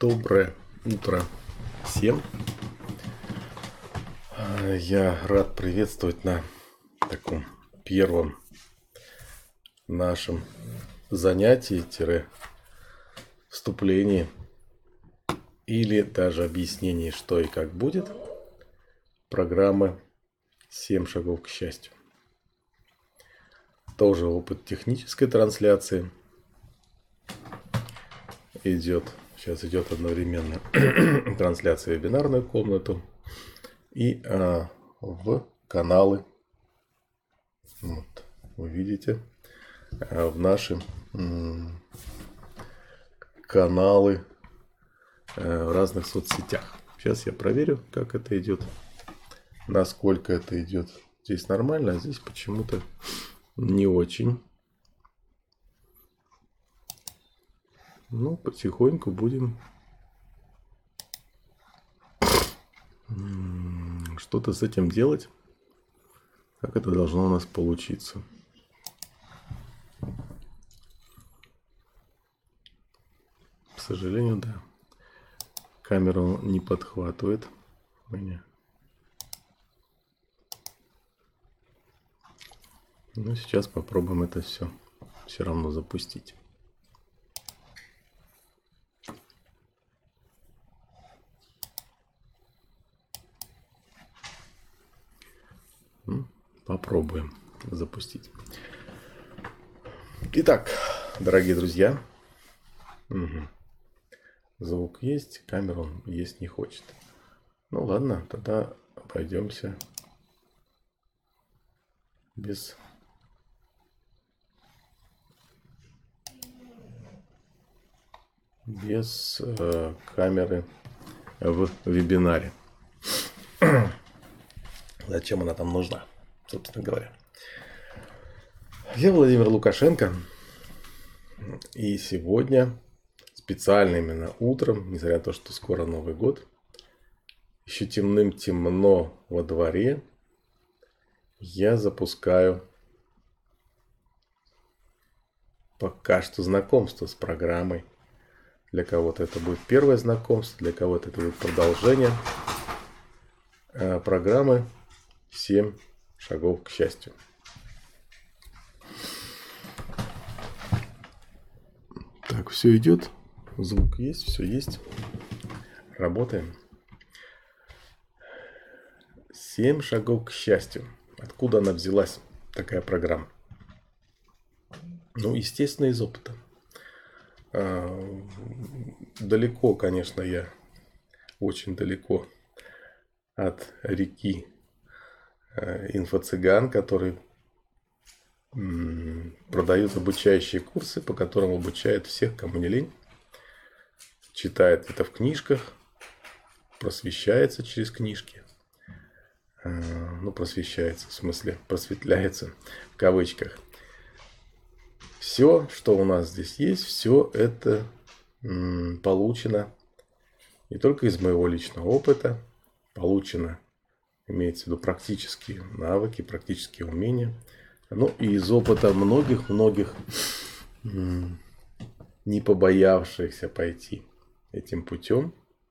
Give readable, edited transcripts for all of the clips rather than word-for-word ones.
Доброе утро всем. Я рад приветствовать на таком первом нашем занятии-вступлении или даже объяснении, что и как будет, программы «7 шагов к счастью». Тоже опыт технической трансляции идет. Сейчас идет одновременно трансляция в вебинарную комнату и в каналы. Вот, вы видите, в наши каналы в разных соцсетях. Сейчас я проверю, как это идет, насколько это идет. Здесь нормально, а здесь почему-то не очень. Ну, потихоньку будем что-то с этим делать. Как это должно у нас получиться. К сожалению, да. Камеру не подхватывает. Но сейчас попробуем это все равно запустить. Попробуем запустить. Итак, дорогие друзья. Звук есть, камеру есть не хочет. Ну ладно, тогда обойдемся без камеры в вебинаре. Зачем она там нужна, собственно говоря? Я Владимир Лукашенко. И сегодня, специально именно утром, несмотря на то, что скоро Новый год, еще темным-темно во дворе, я запускаю пока что знакомство с программой. Для кого-то это будет первое знакомство, для кого-то это будет продолжение программы «7 шагов к счастью». Так, все идет, звук есть, все есть. Работаем. 7 шагов к счастью. Откуда она взялась, такая программа? Ну, естественно, из опыта. Далеко, конечно, я очень далеко от реки инфо-цыган, которые продают обучающие курсы, по которым обучают всех, кому не лень. Читает это в книжках, просвещается через книжки. Ну, просвещается, в смысле, просветляется, в кавычках. Все, что у нас здесь есть, все это получено не только из моего личного опыта, получено, имеется в виду, практические навыки, практические умения, но и из опыта многих не побоявшихся пойти этим путем.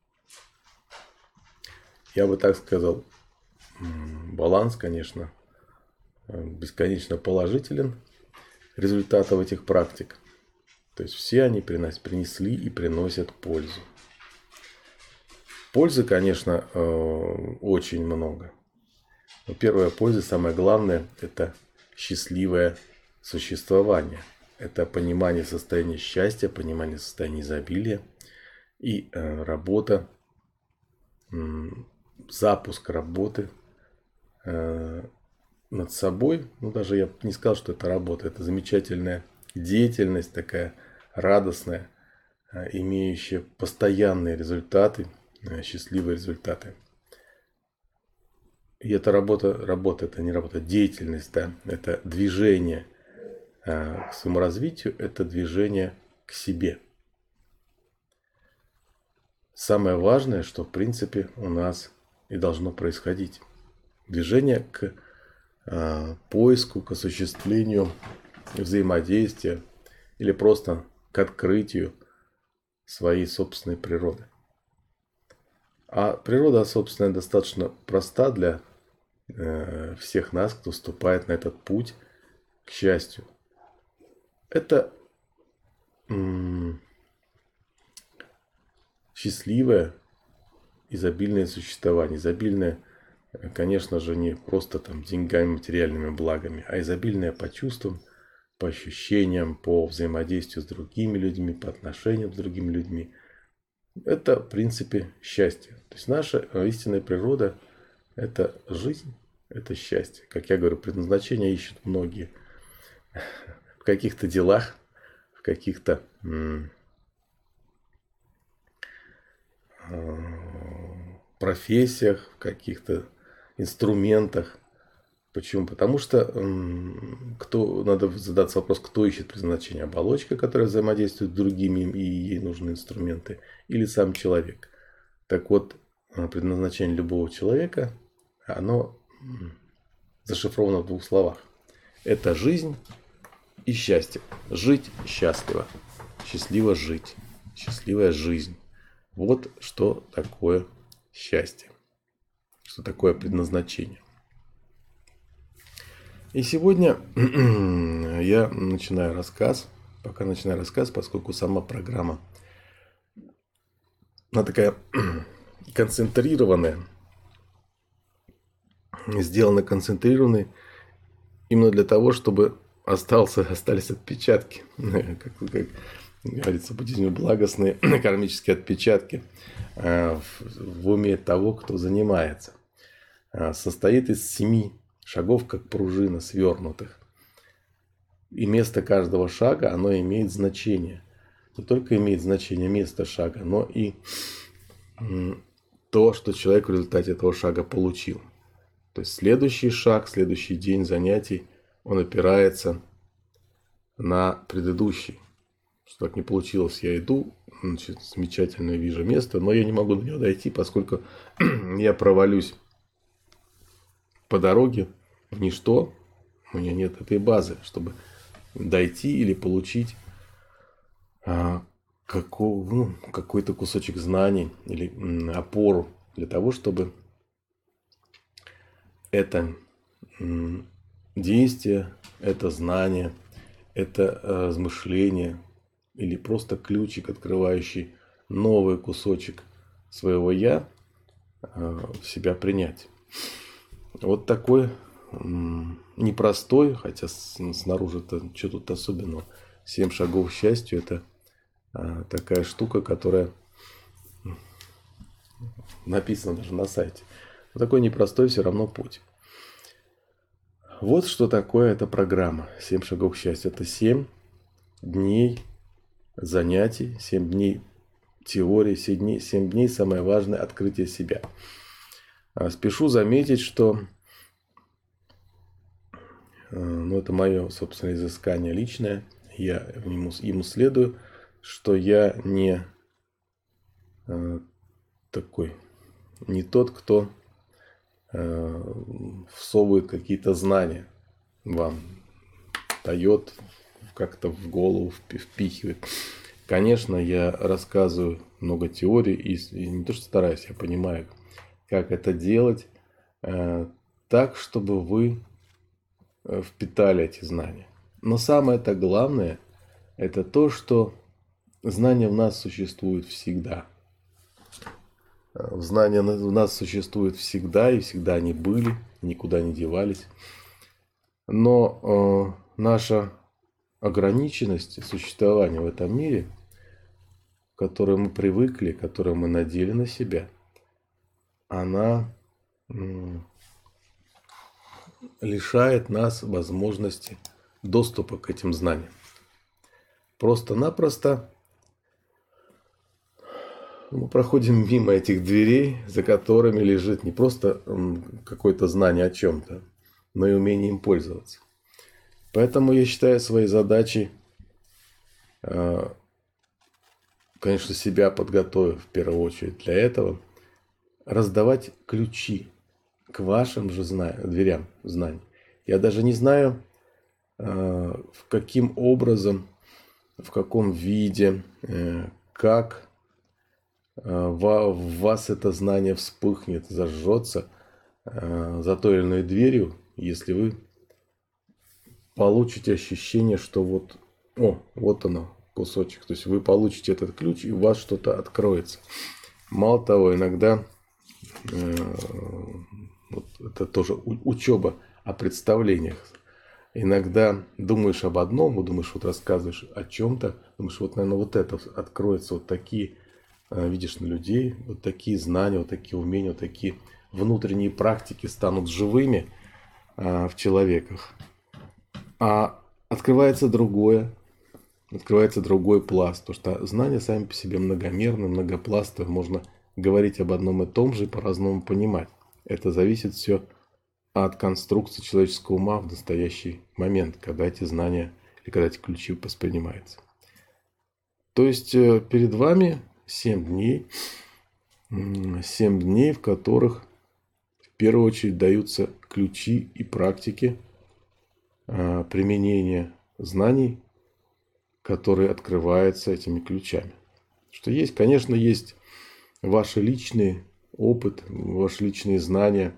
Я бы так сказал, баланс, конечно, бесконечно положителен результатов этих практик. То есть все они принесли и приносят пользу. Пользы, конечно, очень много. Но первая польза, самое главное, это счастливое существование. Это понимание состояния счастья, понимание состояния изобилия и работа, запуск работы над собой. Ну, даже я не сказал, что это работа. Это замечательная деятельность, такая радостная, имеющая постоянные результаты, счастливые результаты. И это работа, это не работа, деятельность, да, это движение к своему развитию, это движение к себе. Самое важное, что в принципе у нас и должно происходить. Движение к поиску, к осуществлению взаимодействия или просто к открытию своей собственной природы. А природа собственная достаточно проста для всех нас, кто вступает на этот путь к счастью. Это счастливое, изобильное существование. Изобильное, конечно же, не просто там деньгами, материальными благами, а изобильное по чувствам, по ощущениям, по взаимодействию с другими людьми, по отношениям с другими людьми. Это, в принципе, счастье. То есть наша истинная природа – это жизнь, это счастье. Как я говорю, предназначение ищут многие в каких-то делах, в каких-то профессиях, в каких-то инструментах. Почему? Потому что надо задаться вопрос, кто ищет предназначение: оболочка, которая взаимодействует с другими, и ей нужны инструменты, или сам человек. Так вот, предназначение любого человека, оно зашифровано в двух словах. Это жизнь и счастье. Жить счастливо. Счастливо жить. Счастливая жизнь. Вот что такое счастье. Что такое предназначение. И сегодня я начинаю рассказ. Пока начинаю рассказ, поскольку сама программа, она такая концентрированная. Сделана концентрированной именно для того, чтобы остались отпечатки. Как говорится в буддизме, благостные кармические отпечатки в уме того, кто занимается. Состоит из 7 шагов, как пружина, свернутых. И место каждого шага, оно имеет значение. Не только имеет значение место шага, но и то, что человек в результате этого шага получил. То есть следующий шаг, следующий день занятий, он опирается на предыдущий. Что так не получилось, я иду, замечательно вижу место, но я не могу до него дойти, поскольку я провалюсь по дороге в ничто, у меня нет этой базы, чтобы дойти или получить какой-то кусочек знаний или опору для того, чтобы это действие, это знание, это размышление или просто ключик, открывающий новый кусочек своего «я», в себя принять. Вот такой непростой, хотя снаружи-то что тут особенного, 7 шагов к счастью, это такая штука, которая написана даже на сайте. Но такой непростой все равно путь. Вот что такое эта программа 7 шагов к счастью. Это 7 дней занятий, 7 дней теории, 7 дней самое важное открытие себя. Спешу заметить, что это мое собственное изыскание личное, я ему следую, что я не тот, кто всовывает какие-то знания вам, дает как-то в голову, впихивает. Конечно, я рассказываю много теорий и не то, что стараюсь, я понимаю, как это делать так, чтобы вы впитали эти знания. Но самое-то главное, это то, что знания в нас существуют всегда. Знания в нас существуют всегда, и всегда они были, никуда не девались. Но наша ограниченность существования в этом мире, к которой мы привыкли, которую мы надели на себя, она лишает нас возможности доступа к этим знаниям. Просто-напросто мы проходим мимо этих дверей, за которыми лежит не просто какое-то знание о чем-то, но и умение им пользоваться. Поэтому я считаю своей задачей, конечно, себя подготовив в первую очередь для этого, раздавать ключи к вашим же дверям знаний. Я даже не знаю, каким образом, в каком виде, как в вас это знание вспыхнет, зажжется за той или иной дверью, если вы получите ощущение, что вот оно, кусочек. То есть вы получите этот ключ, и у вас что-то откроется. Мало того, иногда это тоже учеба о представлениях. Иногда думаешь об одном, думаешь, рассказываешь о чем-то, думаешь, наверное, это откроется, такие, видишь на людей, такие знания, такие умения, такие внутренние практики станут живыми в человеках. А открывается другой пласт, потому что знания сами по себе многомерны, многопластовые, можно говорить об одном и том же и по-разному понимать. Это зависит все от конструкции человеческого ума в настоящий момент, когда эти знания или когда эти ключи воспринимаются. То есть перед вами 7 дней, в которых в первую очередь даются ключи и практики применения знаний, которые открываются этими ключами. Что есть, конечно, есть ваши личные опыт, ваши личные знания,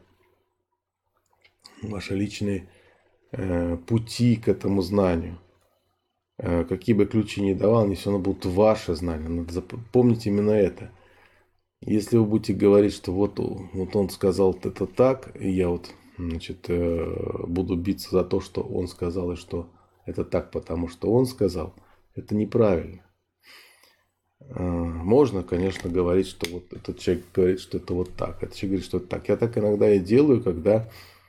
ваши личные пути к этому знанию. Какие бы ключи ни давал, они все равно будут ваши знания. Надо запомнить именно это. Если вы будете говорить, что вот он сказал это так, и я буду биться за то, что он сказал, и что это так, потому что он сказал, это неправильно. Можно, конечно, говорить, что этот человек говорит, что это вот так, этот человек говорит, что это так. Я так иногда и делаю, когда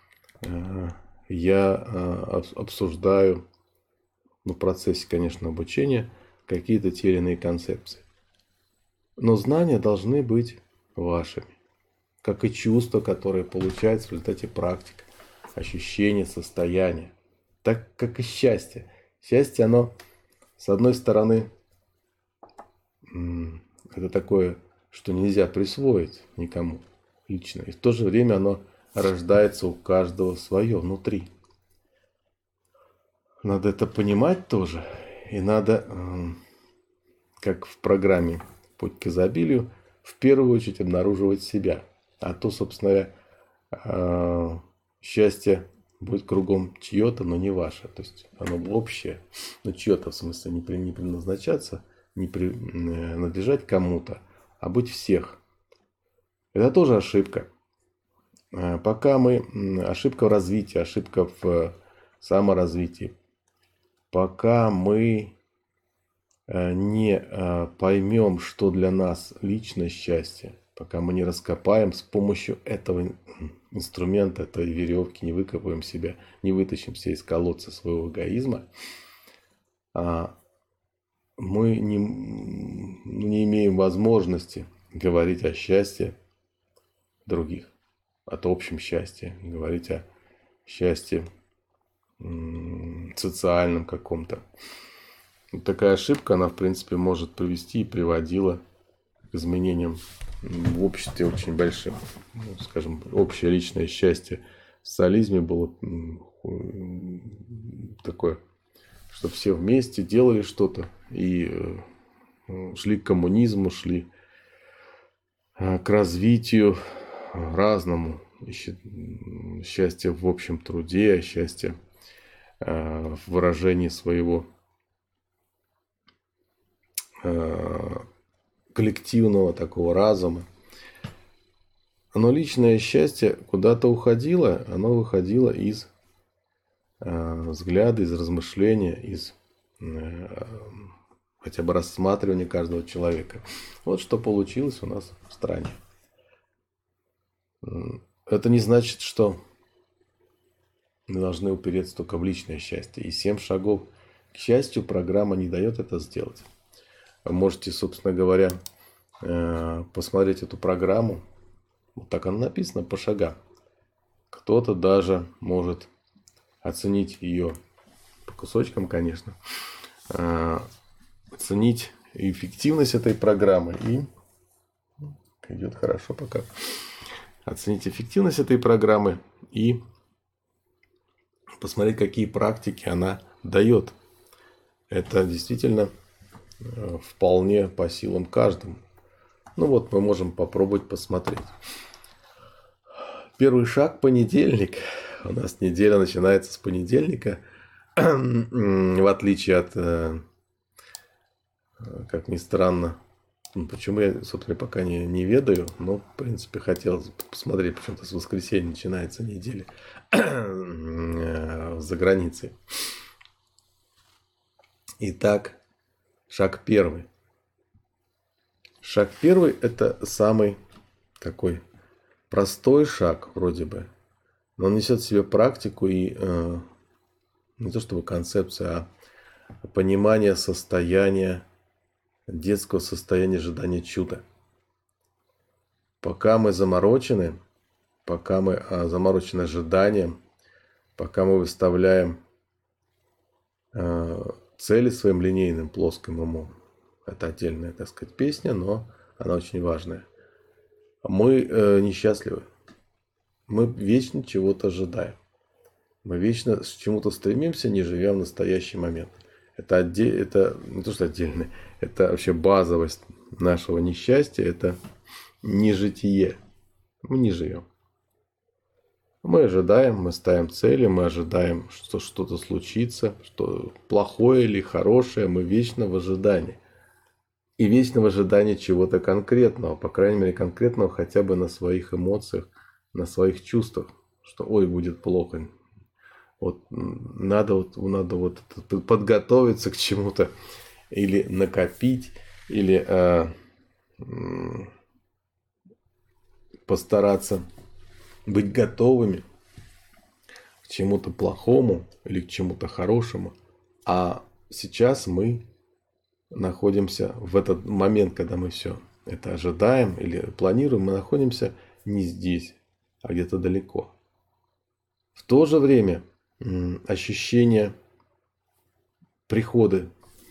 я обсуждаю в процессе, конечно, обучения какие-то те или иные концепции. Но знания должны быть вашими, как и чувства, которые получаются в результате практик, ощущения, состояния. Так как и счастье. Счастье, оно, с одной стороны, это такое, что нельзя присвоить никому лично. И в то же время оно рождается у каждого свое внутри. Надо это понимать тоже. И надо, как в программе «Путь к изобилию», в первую очередь обнаруживать себя. А то, собственно говоря, счастье будет кругом чье-то, но не ваше. То есть оно общее, но чье-то, в смысле, не предназначаться, не принадлежать кому-то, а быть всех. Это тоже ошибка. Пока ошибка в развитии, ошибка в саморазвитии. Пока мы не поймем, что для нас личное счастье, пока мы не раскопаем с помощью этого инструмента, этой веревки, не выкопаем себя, не вытащим себя из колодца своего эгоизма, мы не имеем возможности говорить о счастье других, о общем счастье, говорить о счастье социальном каком-то. Такая ошибка, она, в принципе, может привести и приводила к изменениям в обществе очень большим. Скажем, общее личное счастье в социализме было такое, что все вместе делали что-то и шли к коммунизму, шли к развитию разному. Счастье в общем труде, счастье в выражении своего коллективного такого разума. Но личное счастье куда-то уходило, оно выходило из взгляда, из размышления, из хотя бы рассматривания каждого человека. Вот что получилось у нас в стране. Это не значит, что мы должны упереться только в личное счастье. И 7 шагов к счастью программа не дает это сделать. Вы можете, собственно говоря, посмотреть эту программу. Вот так она написана по шагам. Кто-то даже может оценить ее по кусочкам, конечно. Оценить эффективность этой программы. И идет хорошо пока. Оценить эффективность этой программы и посмотреть, какие практики она дает. Это действительно вполне по силам каждому. Ну вот мы можем попробовать посмотреть. Первый шаг — понедельник. У нас неделя начинается с понедельника. В отличие от, как ни странно, почему я, собственно, пока не ведаю, но, в принципе, хотелось посмотреть, почему-то с воскресенья начинается неделя за границей. Итак, шаг первый. Шаг первый – это самый такой простой шаг, вроде бы, но он несет в себе практику и не то чтобы концепция, а понимание состояния, детского состояния ожидания чуда. Пока мы заморочены, пока мы заморочены ожиданием, пока мы выставляем цели своим линейным плоским умом, это отдельная, так сказать, песня, но она очень важная. Мы несчастливы. Мы вечно чего-то ожидаем. Мы вечно к чему-то стремимся, не живя в настоящий момент. Это не то, что отдельное, это вообще базовость нашего несчастья, это нежитие. Мы не живем. Мы ожидаем, мы ставим цели, мы ожидаем, что что-то случится, что плохое или хорошее, мы вечно в ожидании. И вечно в ожидании чего-то конкретного, по крайней мере конкретного хотя бы на своих эмоциях, на своих чувствах, что ой, будет плохо. Вот надо подготовиться к чему-то, или накопить, или постараться быть готовыми к чему-то плохому или к чему-то хорошему. А сейчас мы находимся в этот момент, когда мы все это ожидаем или планируем, мы находимся не здесь, а где-то далеко. В то же время ощущение прихода,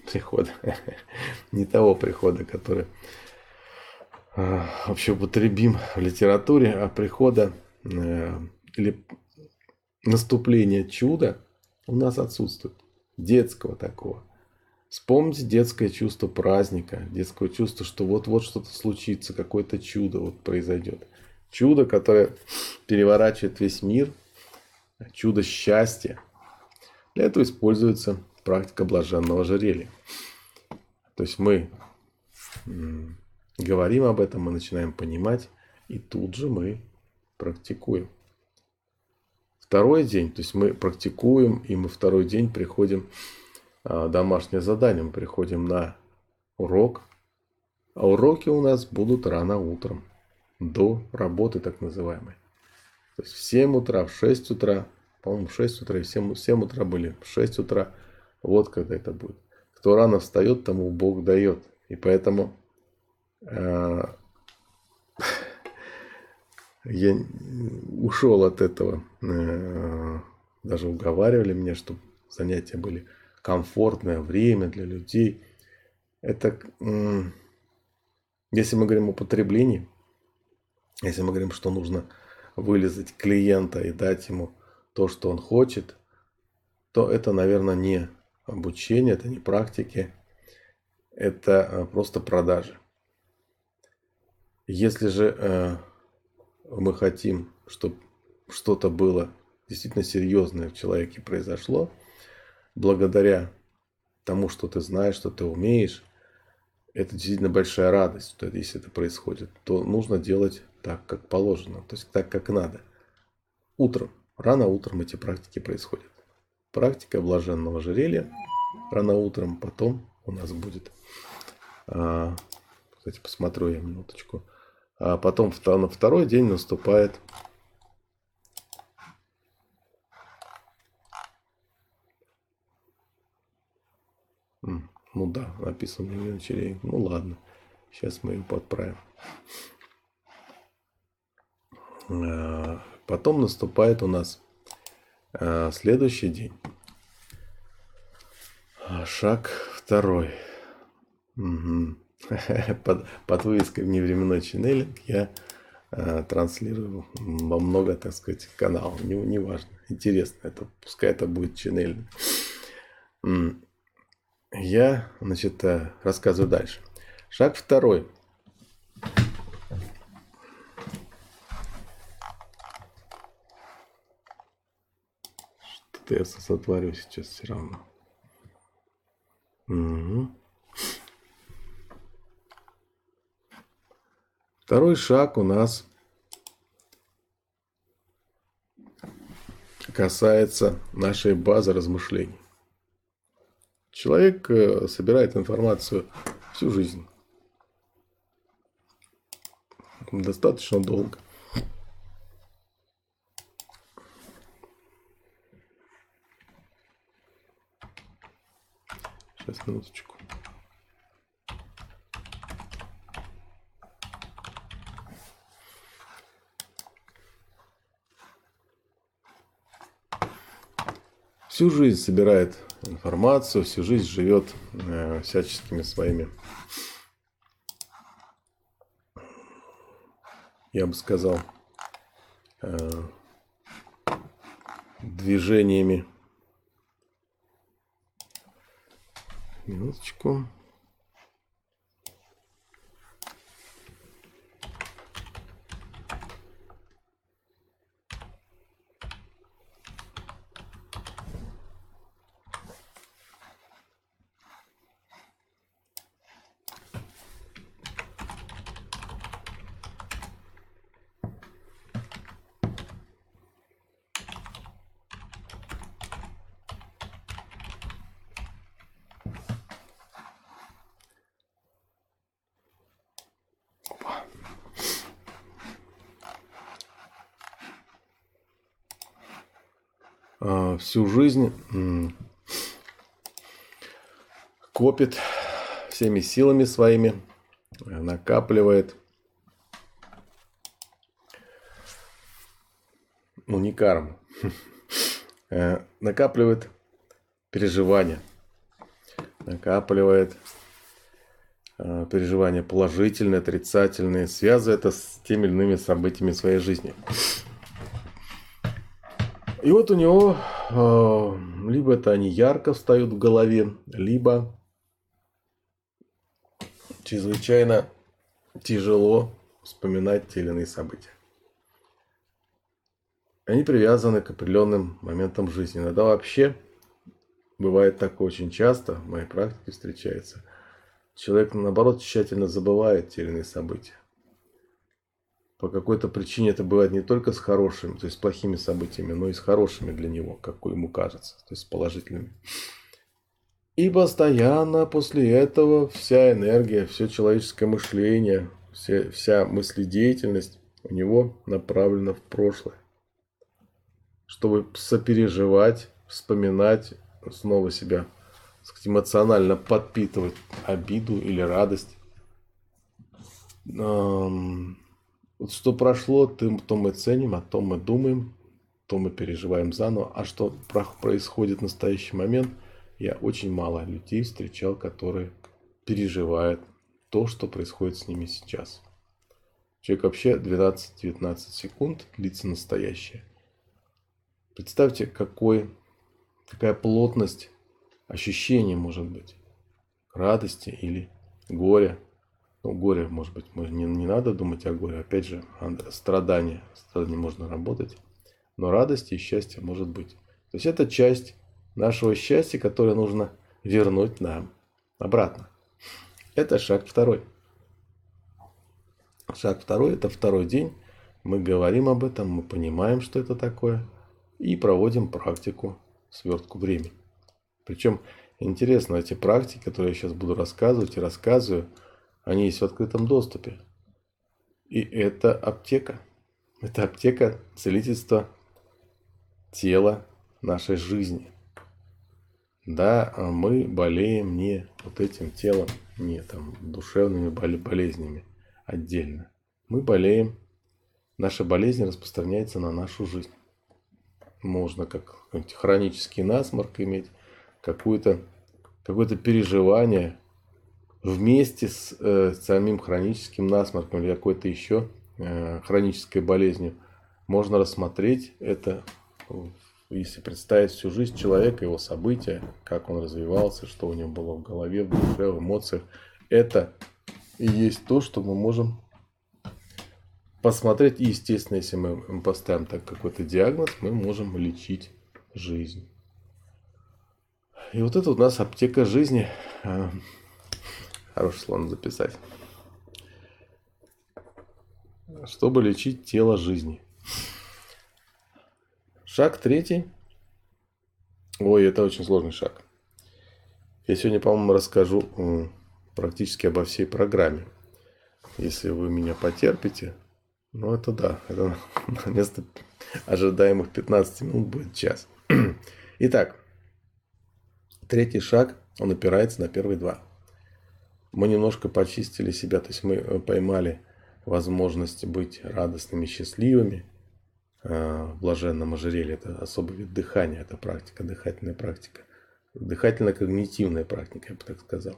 не того прихода, который вообще употребим в литературе, а прихода или наступления чуда у нас отсутствует. Детского такого. Вспомните детское чувство праздника, детское чувство, что вот-вот что-то случится, какое-то чудо вот произойдет. Чудо, которое переворачивает весь мир, чудо счастья. Для этого используется практика блаженного ожерелья. То есть мы говорим об этом, мы начинаем понимать, и тут же мы практикуем. Второй день, то есть мы практикуем, и мы второй день приходим, домашнее задание, мы приходим на урок. А уроки у нас будут рано утром, до работы так называемой. То есть в 7 утра, в 6 утра, по-моему, в 6 утра и в 7 утра были, в 6 утра, вот когда это будет. Кто рано встает, тому Бог дает. И поэтому я ушел от этого. Даже уговаривали меня, чтобы занятия были комфортное время для людей. Это, если мы говорим о потреблении, если мы говорим, что нужно вылезать клиента и дать ему то, что он хочет, то это, наверное, не обучение, это не практики, это просто продажи. Если же мы хотим, чтобы что-то было действительно серьезное в человеке произошло, благодаря тому, что ты знаешь, что ты умеешь, это действительно большая радость, что если это происходит, то нужно делать так, как положено, то есть так, как надо. Утром, рано утром эти практики происходят. Практика блаженного ожерелья рано утром, потом у нас будет, кстати, посмотрю я минуточку, а потом на второй день наступает ну да, написано мне вечерей. Ну ладно, сейчас мы его подправим. Потом наступает у нас следующий день. Шаг второй. Угу. Под вывеской «Вневременной ченнелинг» я транслирую во много, так сказать, каналов. Не важно. Интересно. Пускай это будет ченнелинг. Я, рассказываю дальше. Шаг второй. Что-то я сотворю сейчас все равно. Угу. Второй шаг у нас касается нашей базы размышлений. Человек собирает информацию всю жизнь. Достаточно долго. Сейчас, минуточку. Всю жизнь собирает информацию, всю жизнь живет всяческими своими, я бы сказал, движениями. Минуточку. Всю жизнь копит всеми силами своими, накапливает, не карму, накапливает переживания, накапливает переживания положительные, отрицательные, связывает это с теми или иными событиями своей жизни. И вот у него либо это они ярко встают в голове, либо чрезвычайно тяжело вспоминать те или иные события. Они привязаны к определенным моментам жизни. Иногда вообще бывает такое очень часто, в моей практике встречается. Человек, наоборот, тщательно забывает те или иные события. По какой-то причине это бывает не только с хорошими, то есть с плохими событиями, но и с хорошими для него, как ему кажется, то есть с положительными. И постоянно после этого вся энергия, все человеческое мышление, вся мыследеятельность у него направлена в прошлое. Чтобы сопереживать, вспоминать, снова себя, так сказать, эмоционально подпитывать обиду или радость. Вот что прошло, то мы ценим, о том мы думаем, то мы переживаем заново. А что происходит в настоящий момент, я очень мало людей встречал, которые переживают то, что происходит с ними сейчас. Человек вообще 12-19 секунд длится настоящее. Представьте, какая плотность ощущений может быть. Радости или горя. Горе, может быть, не надо думать о горе. Опять же, страдания. Страдания можно работать. Но радости и счастье может быть. То есть это часть нашего счастья, которое нужно вернуть нам обратно. Это шаг второй. Шаг второй – это второй день. Мы говорим об этом, мы понимаем, что это такое. И проводим практику свертку времени. Причем интересно, эти практики, которые я сейчас буду рассказывать и рассказываю, они есть в открытом доступе. И это аптека. Это аптека целительства тела нашей жизни. Да, мы болеем не вот этим телом, не там душевными болезнями отдельно. Мы болеем, наша болезнь распространяется на нашу жизнь. Можно как хронический насморк иметь, какое-то переживание вместе с самим хроническим насморком или какой-то еще хронической болезнью. Можно рассмотреть это в если представить всю жизнь человека, его события, как он развивался, что у него было в голове, в душе, в эмоциях, это и есть то, что мы можем посмотреть. И, естественно, если мы поставим так какой-то диагноз, мы можем лечить жизнь. И вот это у нас аптека жизни. Хорошее слово записать. Чтобы лечить тело жизни. Шаг третий. Ой, это очень сложный шаг. Я сегодня, по-моему, расскажу практически обо всей программе. Если вы меня потерпите, ну это да, это вместо ожидаемых 15 минут будет час. Итак, третий шаг, он опирается на первые два. Мы немножко почистили себя, то есть мы поймали возможность быть радостными, счастливыми в блаженном ожерелье. Это особый вид дыхания, это практика, дыхательная практика. Дыхательно-когнитивная практика, я бы так сказал.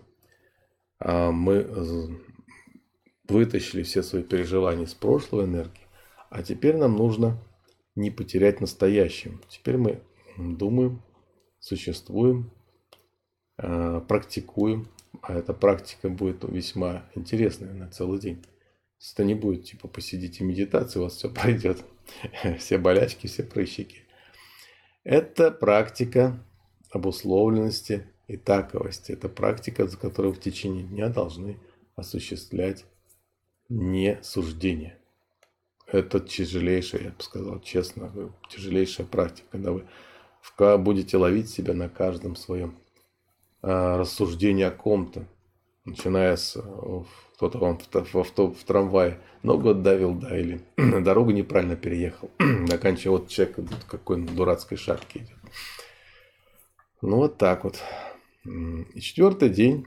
Мы вытащили все свои переживания из прошлой энергии, а теперь нам нужно не потерять настоящим. Теперь мы думаем, существуем, практикуем, а эта практика будет весьма интересная на целый день. Это не будет типа посидите медитации, у вас все пройдет, все болячки, все прыщики. Это практика обусловленности и таковости. Это практика, за которую в течение дня должны осуществлять не суждение. Это тяжелейшая, я бы сказал честно, тяжелейшая практика, когда вы будете ловить себя на каждом своем рассуждении о ком-то, начиная с кто-то вам в трамвае ногу отдавил, да, или дорогу неправильно переехал, заканчивая вот человек какой дурацкой шапке идет. Ну вот так вот. И четвертый день,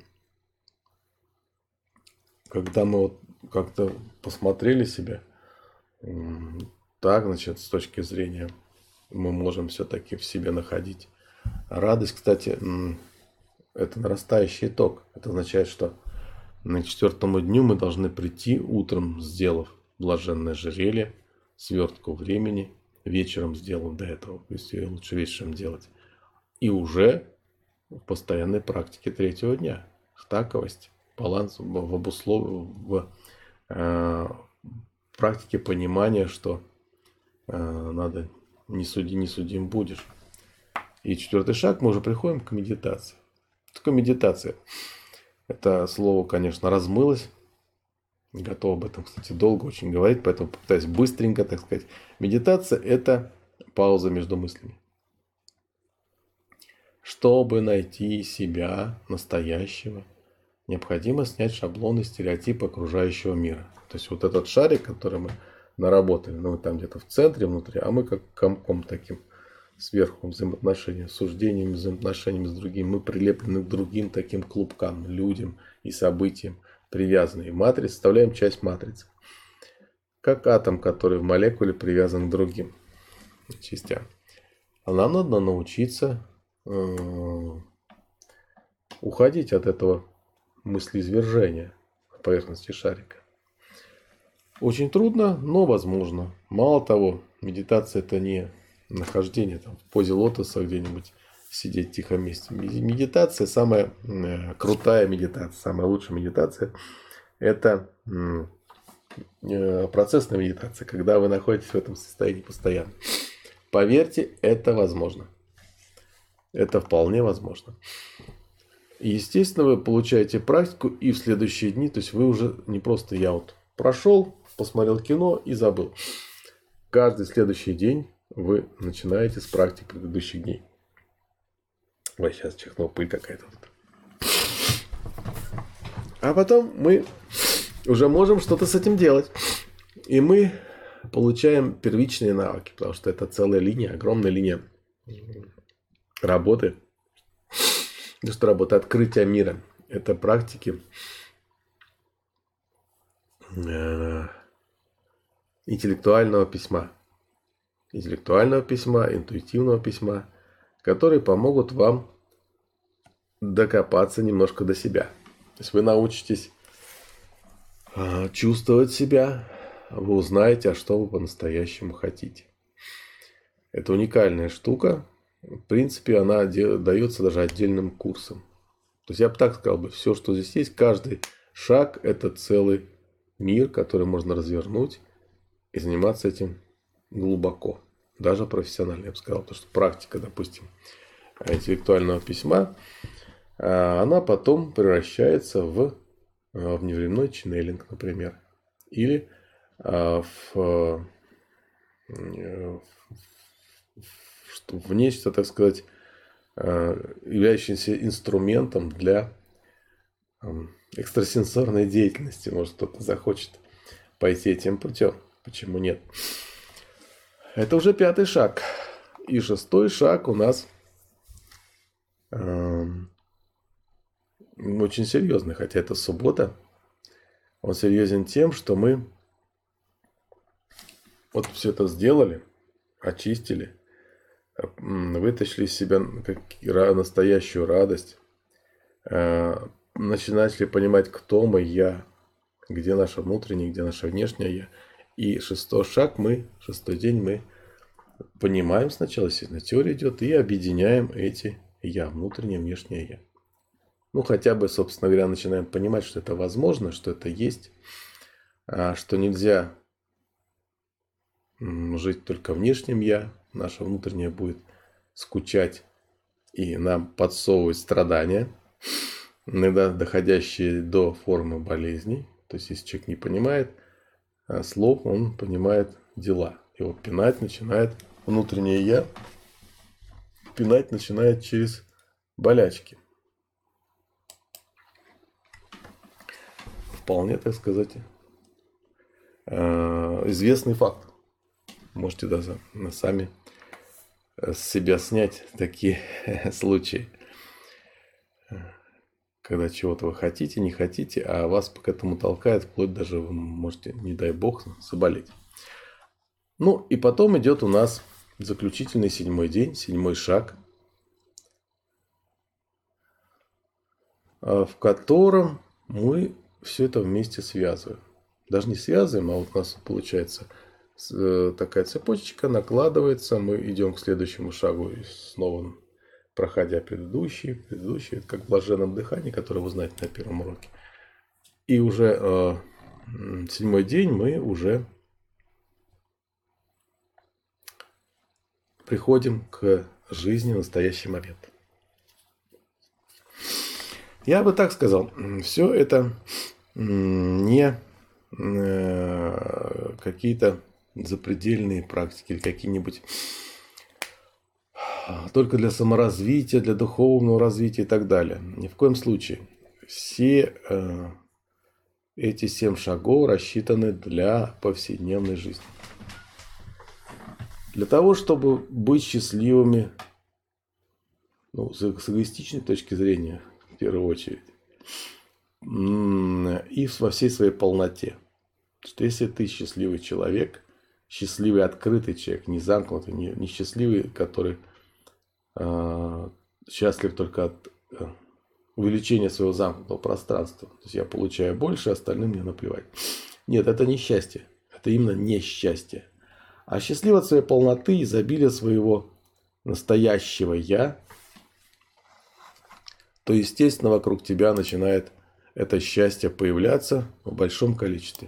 когда мы вот как-то посмотрели себя, так, значит, с точки зрения мы можем все-таки в себе находить радость. Кстати, это нарастающий итог. Это означает, что на четвертому дню мы должны прийти утром, сделав блаженное ожерелье, свертку времени, вечером сделав до этого, то есть ее лучше вечером делать. И уже в постоянной практике третьего дня. Таковость, баланс в практике понимания, что надо не суди, не судим будешь. И четвертый шаг, мы уже приходим к медитации. Что такое медитация? Это слово, конечно, размылось. Готов об этом, кстати, долго очень говорить, поэтому попытаюсь быстренько, так сказать. Медитация – это пауза между мыслями. Чтобы найти себя настоящего, необходимо снять шаблоны, стереотипы окружающего мира. То есть вот этот шарик, который мы наработали, ну там где-то в центре внутри, а мы как комком таким сверху взаимоотношения, суждениями, взаимоотношениями с другим, мы прилеплены к другим таким клубкам, людям и событиям, привязанные. Матрица, составляем часть матрицы. Как атом, который в молекуле привязан к другим частям. А нам надо научиться уходить от этого мыслеизвержения на поверхности шарика. Очень трудно, но возможно. Мало того, медитация – это не нахождение там, в позе лотоса где-нибудь сидеть в тихом месте. Медитация, самая крутая медитация, самая лучшая медитация – это процессная медитация, когда вы находитесь в этом состоянии постоянно. Поверьте, это возможно. Это вполне возможно. И, естественно, вы получаете практику и в следующие дни, то есть вы уже не просто я вот прошел, посмотрел кино и забыл. Каждый следующий день вы начинаете с практики предыдущих дней. Ой, сейчас чихнула пыль какая-то. А потом мы уже можем что-то с этим делать. И мы получаем первичные навыки, потому что это целая линия, огромная линия работы. Это что работа открытия мира. Это практики интеллектуального письма. Интеллектуального письма, интуитивного письма, которые помогут вам докопаться немножко до себя. То есть вы научитесь чувствовать себя, вы узнаете, а что вы по-настоящему хотите. Это уникальная штука. В принципе, она дается даже отдельным курсом. То есть я бы так сказал бы, все, что здесь есть, каждый шаг – это целый мир, который можно развернуть и заниматься этим глубоко. Даже профессионально, я бы сказал. Потому что практика, допустим, интеллектуального письма, она потом превращается в вневременной ченнелинг, например. Или в нечто, так сказать, являющееся инструментом для экстрасенсорной деятельности. Может, кто-то захочет пойти этим путем. Почему нет? Это уже 5-й шаг. И 6-й шаг у нас очень серьезный. Хотя это суббота. Он серьезен тем, что мы вот все это сделали, очистили, вытащили из себя настоящую радость, начали понимать, кто мы, я, где наше внутреннее, где наше внешнее я. И 6-й шаг, 6-й день мы понимаем сначала, естественно, теория идет, и объединяем эти я, внутреннее, внешнее я. Ну, хотя бы, собственно говоря, начинаем понимать, что это возможно, что это есть, что нельзя жить только внешним я, наше внутреннее будет скучать и нам подсовывать страдания, иногда доходящие до формы болезней. То есть, если человек не понимает слов, он понимает дела. Его пинать начинает внутреннее я, пинать начинает через болячки. Вполне, так сказать, известный факт. Можете даже сами с себя снять такие случаи, когда чего-то вы хотите, не хотите, а вас к этому толкает, вплоть даже вы можете, не дай бог, заболеть. Ну и потом идет у нас заключительный 7-й день, 7-й шаг, в котором мы все это вместе связываем. Даже не связываем, а вот у нас получается такая цепочечка, накладывается, мы идем к следующему шагу и снова проходя предыдущий, это как в блаженном дыхании, которое вы знаете на первом уроке. И уже 7-й день мы уже приходим к жизни в настоящий момент. Я бы так сказал, все это не какие-то запредельные практики или какие-нибудь только для саморазвития, для духовного развития и так далее. Ни в коем случае. Все эти 7 шагов рассчитаны для повседневной жизни. Для того, чтобы быть счастливыми, с эгоистичной точки зрения, в первую очередь, и во всей своей полноте. Что если ты счастливый человек, счастливый открытый человек, не замкнутый, не счастливый, который счастлив только от увеличения своего замкнутого пространства. То есть я получаю больше, остальным мне наплевать. Нет, это не счастье. Это именно несчастье. А счастлив от своей полноты, изобилия своего настоящего я, то, естественно, вокруг тебя начинает это счастье появляться в большом количестве.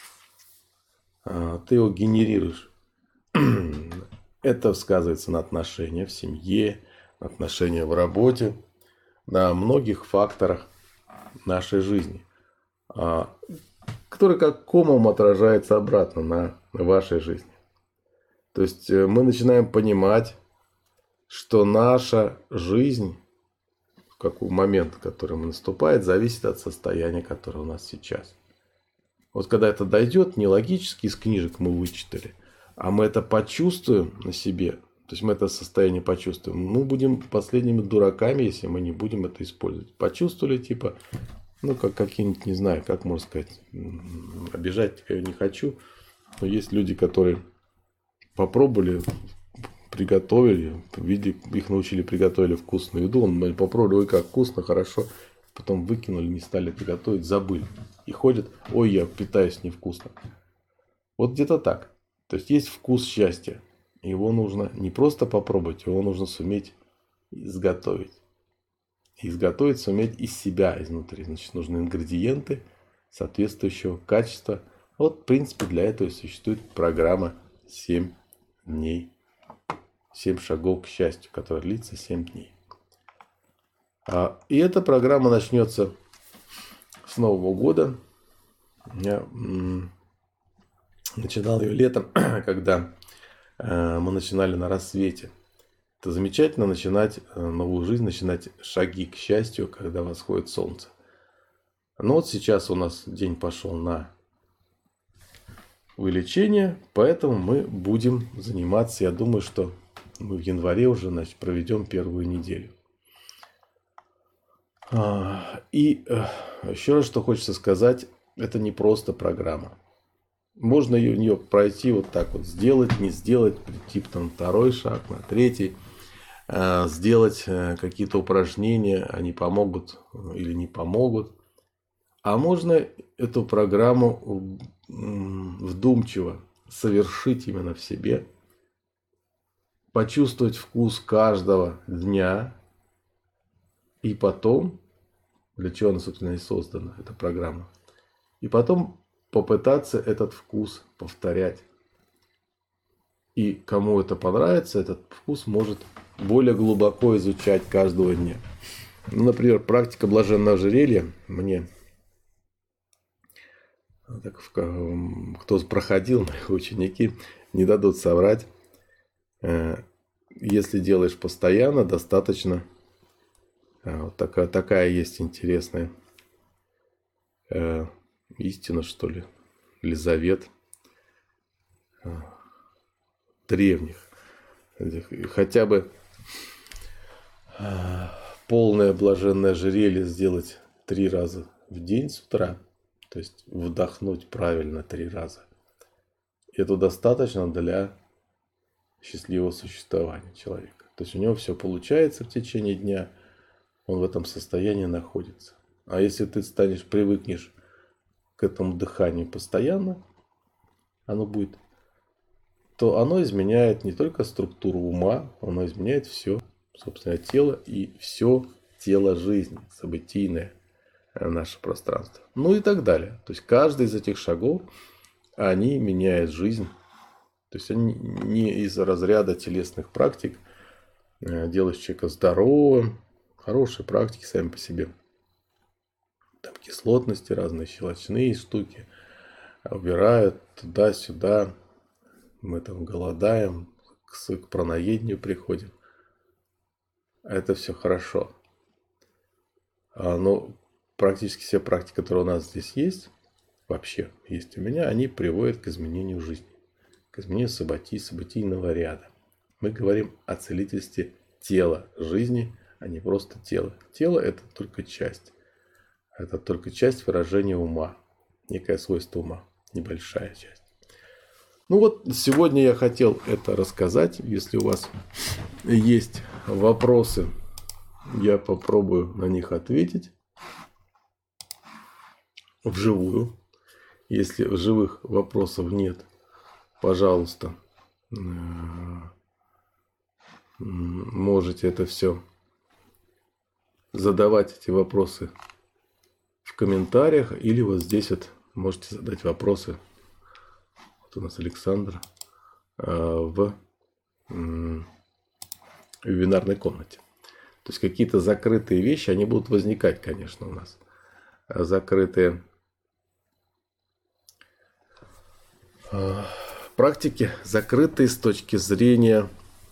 Ты его генерируешь. Это сказывается на отношениях в семье, на отношениях в работе, на многих факторах нашей жизни, которые как комом отражаются обратно на вашей жизни. То есть мы начинаем понимать, что наша жизнь, в какой момент, в который наступает, зависит от состояния, которое у нас сейчас. Вот когда это дойдет, не логически из книжек мы вычитали, а мы это почувствуем на себе, то есть мы это состояние почувствуем, мы будем последними дураками, если мы не будем это использовать. Почувствовали, типа, как какие-нибудь, не знаю, как можно сказать, обижать я не хочу, но есть люди, которые попробовали, приготовили, их научили, приготовили вкусную еду, он попробовали, ой, как вкусно, хорошо, потом выкинули, не стали это готовить, забыли. И ходят, ой, я питаюсь невкусно. Вот где-то так. То есть есть вкус счастья. его нужно не просто попробовать, его нужно суметь изготовить. И изготовить суметь из себя изнутри. Значит, нужны ингредиенты соответствующего качества. Вот, в принципе, для этого и существует программа 7 дней. 7 шагов к счастью, которая длится 7 дней. И эта программа начнется с Нового года. Я начинал ее летом, когда мы начинали на рассвете. Это замечательно начинать новую жизнь, начинать шаги к счастью, когда восходит солнце. Но вот сейчас у нас день пошел на вылечение, поэтому мы будем заниматься. Я думаю, что мы в январе уже проведем первую неделю. И еще раз, что хочется сказать, это не просто программа. Можно в нее пройти вот так вот, сделать, не сделать, прийти на второй шаг, на третий, сделать какие-то упражнения, они помогут или не помогут. А можно эту программу вдумчиво совершить именно в себе, почувствовать вкус каждого дня, и потом, для чего она, собственно, и создана, эта программа, и потом попытаться этот вкус повторять. И кому это понравится, этот вкус может более глубоко изучать каждого дня. Например, практика блаженного ожерелья мне, кто проходил, мои ученики, не дадут соврать. Если делаешь постоянно, достаточно. Вот такая есть интересная истина, что ли, или завет древних. Хотя бы полное блаженное ожерелье сделать 3 раза в день с утра. То есть вдохнуть правильно 3 раза. Это достаточно для счастливого существования человека. То есть у него все получается в течение дня. Он в этом состоянии находится. А если ты привыкнешь к этому дыханию постоянно, оно будет, то оно изменяет не только структуру ума, оно изменяет все, собственно, тело и все тело жизни, событийное наше пространство. Ну и так далее. То есть каждый из этих шагов, они меняют жизнь. То есть они не из разряда телесных практик, делаешь человека здоровым, хорошие практики сами по себе. Там кислотности разные, щелочные штуки. Убирают туда-сюда. Мы там голодаем, к праноедению приходим. Это все хорошо. Но практически все практики, которые у нас здесь есть, вообще есть у меня, они приводят к изменению жизни. К изменению событийного ряда. Мы говорим о целительстве тела жизни, а не просто тела. Тело – это только часть. Это только часть выражения ума. Некое свойство ума. Небольшая часть. Ну вот, сегодня я хотел это рассказать. Если у вас есть вопросы, я попробую на них ответить вживую. Если живых вопросов нет, пожалуйста, можете это все задавать, эти вопросы в комментариях, или вот здесь вот можете задать вопросы. Вот у нас Александр в вебинарной комнате. То есть какие-то закрытые вещи, они будут возникать, конечно, у нас. Закрытые практики, закрытые с точки зрения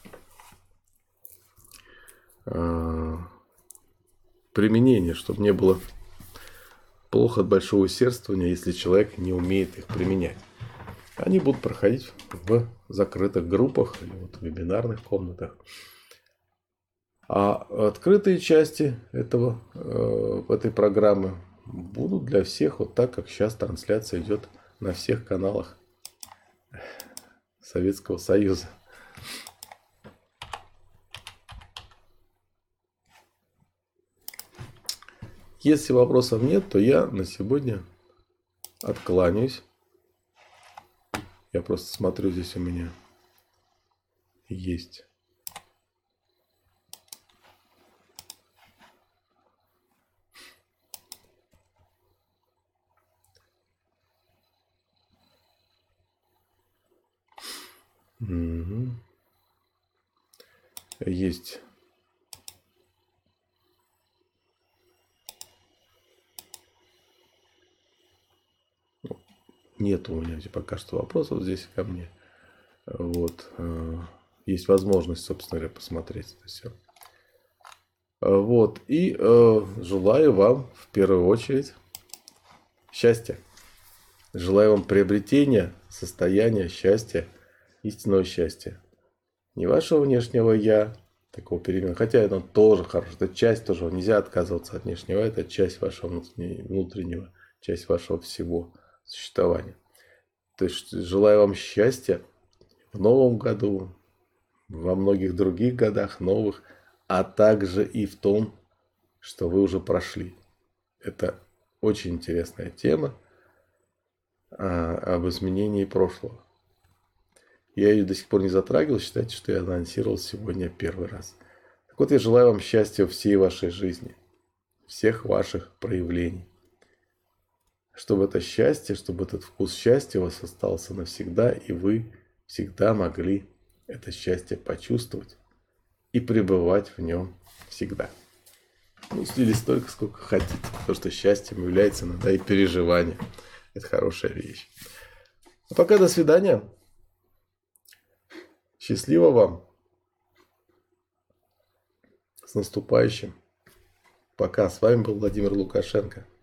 применения, чтобы не было плохо от большого усердствования, если человек не умеет их применять. Они будут проходить в закрытых группах или вот в вебинарных комнатах. А открытые части этой программы будут для всех вот так, как сейчас трансляция идет на всех каналах Советского Союза. Если вопросов нет, то я на сегодня откланяюсь. Я просто смотрю, здесь у меня есть. Угу. Есть. Нет у меня пока что вопросов здесь ко мне. Вот. Есть возможность, собственно говоря, посмотреть это все. Вот. И желаю вам в первую очередь счастья. Желаю вам приобретения, состояния счастья, истинного счастья. Не вашего внешнего я, такого переменного, хотя это тоже хорошо, это часть тоже, нельзя отказываться от внешнего, это часть вашего внутреннего, часть вашего всего существования. То есть желаю вам счастья в новом году, во многих других годах новых, а также и в том, что вы уже прошли. Это очень интересная тема об изменении прошлого. Я ее до сих пор не затрагивал, считайте, что я анонсировал сегодня первый раз. Так вот, я желаю вам счастья в всей вашей жизни, всех ваших проявлений. Чтобы это счастье, чтобы этот вкус счастья у вас остался навсегда, и вы всегда могли это счастье почувствовать и пребывать в нем всегда. Ну, или столько, сколько хотите, потому что счастьем является иногда и переживание. Это хорошая вещь. А пока до свидания. Счастливо вам. С наступающим. Пока. С вами был Владимир Лукашенко.